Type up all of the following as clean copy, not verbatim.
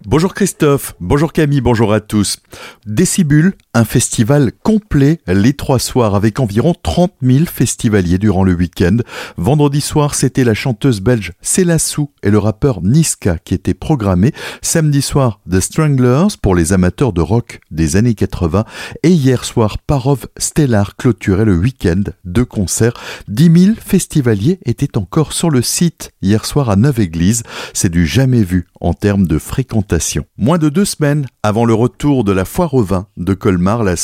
Bonjour Christophe, bonjour Camille, bonjour à tous. Décibule, un festival complet les 3 soirs avec environ 30 000 festivaliers durant le week-end. Vendredi soir, c'était la chanteuse belge Célassou et le rappeur Niska qui étaient programmés. Samedi soir, The Stranglers pour les amateurs de rock des années 80. Et hier soir, Parov Stellar clôturait le week-end de concerts. 10 000 festivaliers étaient encore sur le site hier soir à Neuve-Église. C'est du jamais vu en termes de fréquentation. Moins de 2 semaines avant le retour de la Foire au Vin de Colmar, la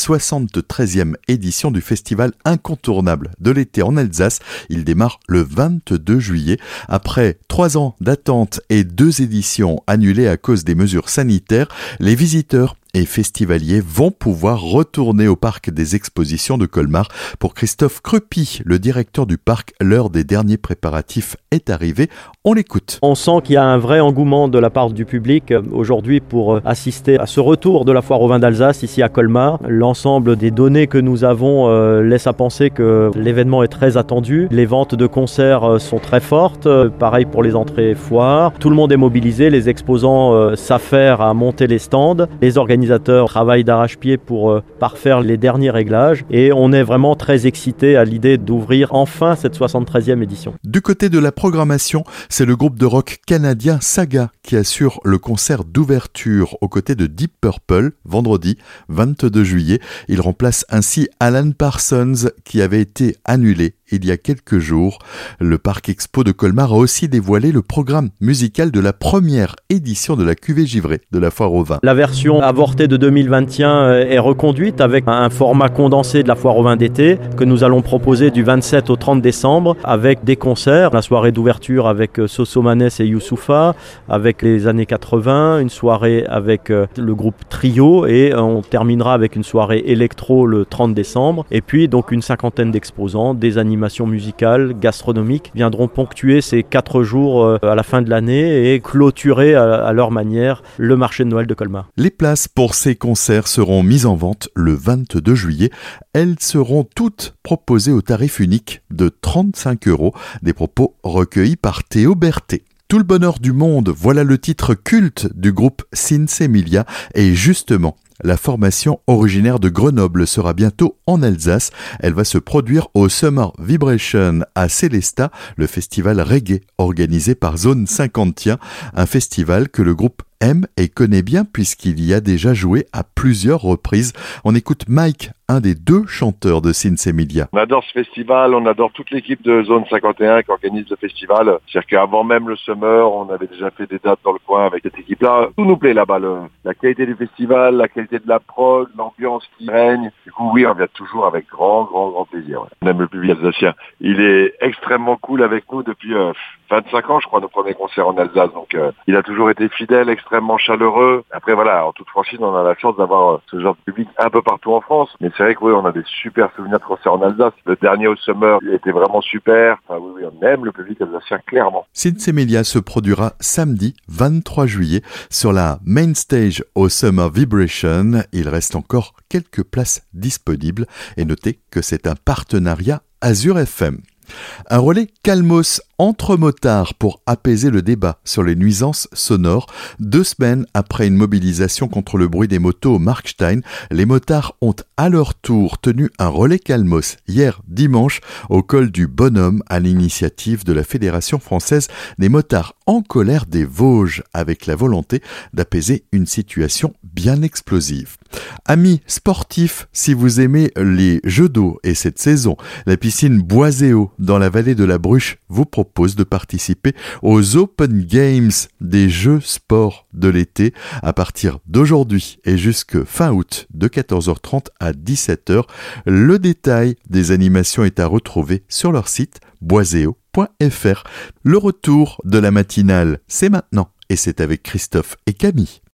73e édition du festival incontournable de l'été en Alsace. Il démarre le 22 juillet. Après 3 ans d'attente et 2 éditions annulées à cause des mesures sanitaires, les visiteurs et festivaliers vont pouvoir retourner au parc des expositions de Colmar. Pour Christophe Crupy, le directeur du parc, l'heure des derniers préparatifs est arrivée. On l'écoute. On sent qu'il y a un vrai engouement de la part du public aujourd'hui pour assister à ce retour de la Foire au Vin d'Alsace ici à Colmar. L'ensemble des données que nous avons laisse à penser que l'événement est très attendu. Les ventes de concerts sont très fortes. Pareil pour les entrées foires. Tout le monde est mobilisé. Les exposants s'affairent à monter les stands. Les organisateurs travaillent d'arrache-pied pour parfaire les derniers réglages et on est vraiment très excités à l'idée d'ouvrir enfin cette 73e édition. Du côté de la programmation, c'est le groupe de rock canadien Saga qui assure le concert d'ouverture aux côtés de Deep Purple vendredi 22 juillet. Il remplace ainsi Alan Parsons qui avait été annulé il y a quelques jours. Le Parc Expo de Colmar a aussi dévoilé le programme musical de la première édition de la cuvée givrée de la Foire au Vin. La version avortée de 2021 est reconduite avec un format condensé de la Foire au Vin d'été que nous allons proposer du 27 au 30 décembre avec des concerts. La soirée d'ouverture avec Sosomanes et Youssoupha, avec les années 80, une soirée avec le groupe Trio et on terminera avec une soirée électro le 30 décembre. Et puis donc une 50aine d'exposants, des animations musicales, gastronomiques viendront ponctuer ces 4 jours à la fin de l'année et clôturer à leur manière le marché de Noël de Colmar. Les places pour ces concerts seront mises en vente le 22 juillet. Elles seront toutes proposées au tarif unique de 35 €. Des propos recueillis par Théo Berthet. Tout le bonheur du monde, voilà le titre culte du groupe Sinsemilia et justement, la formation originaire de Grenoble sera bientôt en Alsace. Elle va se produire au Summer Vibration à Célestat, le festival reggae organisé par Zone 50, un festival que le groupe aime et connaît bien puisqu'il y a déjà joué à plusieurs reprises. On écoute Mike, un des 2 chanteurs de Sinsemilia. On adore ce festival, on adore toute l'équipe de Zone 51 qui organise le festival. C'est-à-dire qu'avant même le Summer, on avait déjà fait des dates dans le coin avec cette équipe-là. Tout nous plaît là-bas, la qualité du festival, la qualité de la prog, l'ambiance qui règne. Du coup, oui, on vient toujours avec grand plaisir. Ouais. On aime le public alsacien. Il est extrêmement cool avec nous depuis 25 ans, je crois, nos premiers concerts en Alsace. Donc, il a toujours été fidèle, extrêmement chaleureux. Après, voilà, en toute franchise, on a la chance d'avoir ce genre de public un peu partout en France. Mais c'est vrai que oui, on a des super souvenirs de concerts en Alsace. Le dernier au Summer, il était vraiment super. Enfin, oui, on aime le public alsacien, clairement. Sinsemilia se produira samedi 23 juillet sur la Main Stage au Summer Vibration. Il reste encore quelques places disponibles et notez que c'est un partenariat Azure FM. Un relais Calmos entre motards pour apaiser le débat sur les nuisances sonores. 2 semaines après une mobilisation contre le bruit des motos au Markstein, les motards ont à leur tour tenu un relais Calmos hier dimanche au col du Bonhomme à l'initiative de la Fédération française des motards en colère des Vosges avec la volonté d'apaiser une situation bien explosive. Amis sportifs, si vous aimez les jeux d'eau et cette saison, la piscine Boiséo dans la vallée de la Bruche vous propose de participer aux Open Games des Jeux Sport de l'été à partir d'aujourd'hui et jusque fin août de 14h30 à 17h. Le détail des animations est à retrouver sur leur site boiseo.fr. Le retour de la matinale, c'est maintenant et c'est avec Christophe et Camille.